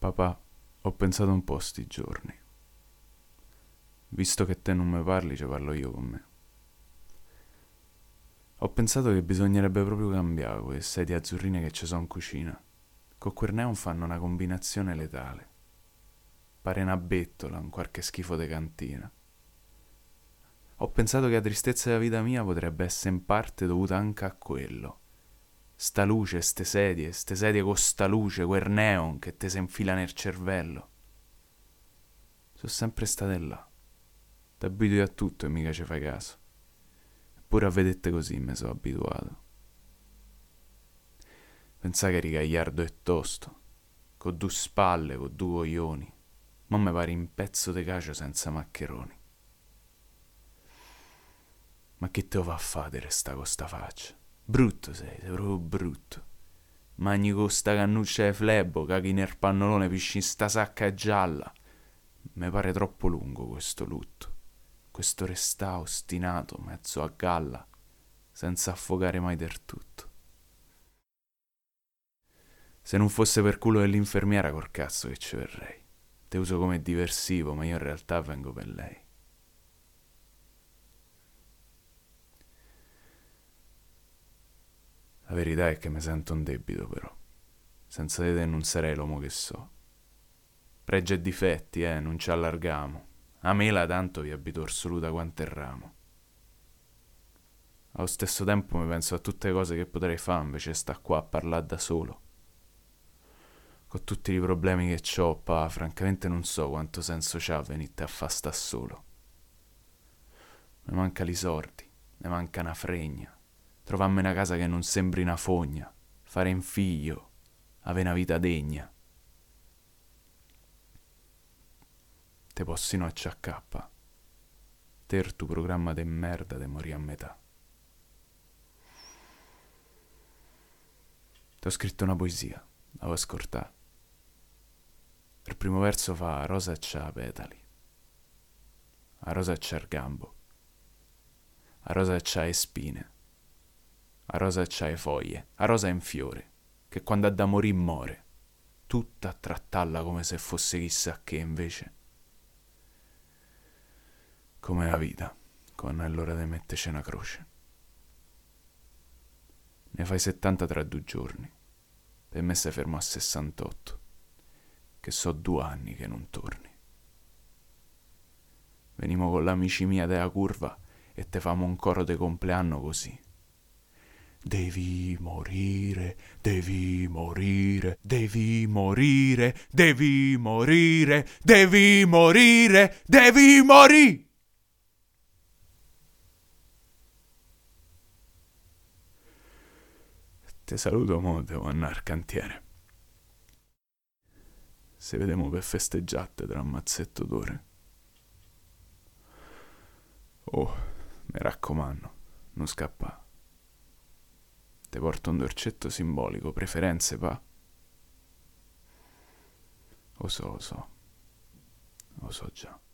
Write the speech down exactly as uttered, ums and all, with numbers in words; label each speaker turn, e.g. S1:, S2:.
S1: Papà, ho pensato un po' sti giorni. Visto che te non me parli, ci parlo io con me. Ho pensato che bisognerebbe proprio cambiare quelle sedie azzurrine che ci sono in cucina. Con quel neon fanno una combinazione letale. Pare una bettola, un qualche schifo de cantina. Ho pensato che la tristezza della vita mia potrebbe essere in parte dovuta anche a quello. Sta luce, ste sedie, ste sedie con sta luce, quel neon che te si infila nel cervello. Sono sempre state là. T'abitui a tutto e mica ci fai caso. Eppure a vedette così mi sono abituato. Pensà che eri gagliardo e tosto, con due spalle, con due coglioni. Ma mi pare un pezzo de cacio senza maccheroni. Ma che te lo fa a fare di restare con sta faccia? Brutto sei, sei proprio brutto. Magni con sta cannuccia di flebbo, caghi nel pannolone, pisci in sta sacca gialla. Mi pare troppo lungo questo lutto. Questo restà ostinato, mezzo a galla, senza affogare mai del tutto. Se non fosse per culo dell'infermiera, col cazzo che ci verrei. Te uso come diversivo, ma io in realtà vengo per lei. La verità è che mi sento un debito, però. Senza di te non sarei l'uomo che so. Pregi e difetti, eh, non ci allargamo. A mela tanto vi abito assoluta quanto il ramo. Allo stesso tempo mi penso a tutte le cose che potrei fare invece di sta qua a parlare da solo. Con tutti i problemi che c'ho, pa, francamente non so quanto senso c'ha venite a fa sta solo. Mi manca i sordi, mi manca una fregna. Trovarmi una casa che non sembri una fogna, fare un figlio, avere una vita degna. Te possino acciaccappa. Ter tu programma de merda de morì a metà. Ti ho scritto una poesia, la vuoi ascoltare? Il primo verso fa: a rosa c'ha petali, a rosa c'ha il gambo, a rosa c'ha le spine, a rosa c'ha le foglie, a rosa è un fiore, che quando ha da morì muore, tutta a trattarla come se fosse chissà che, invece. Come la vita, quando è l'ora di metterci una croce. Ne fai settanta tra due giorni, per me sei fermo a sessantotto, che so due anni che non torni. Venimo con l'amici mia della curva e te famo un coro de compleanno così. Devi morire, devi morire, devi morire, devi morire, devi morire, devi morire! Te saluto, mo devo andare al cantiere. Se vediamo per festeggiate tra un mazzetto d'ore. Oh, mi raccomando, non scappa. Te porto un dolcetto simbolico, preferenze, pa? Lo so, lo so, lo so già.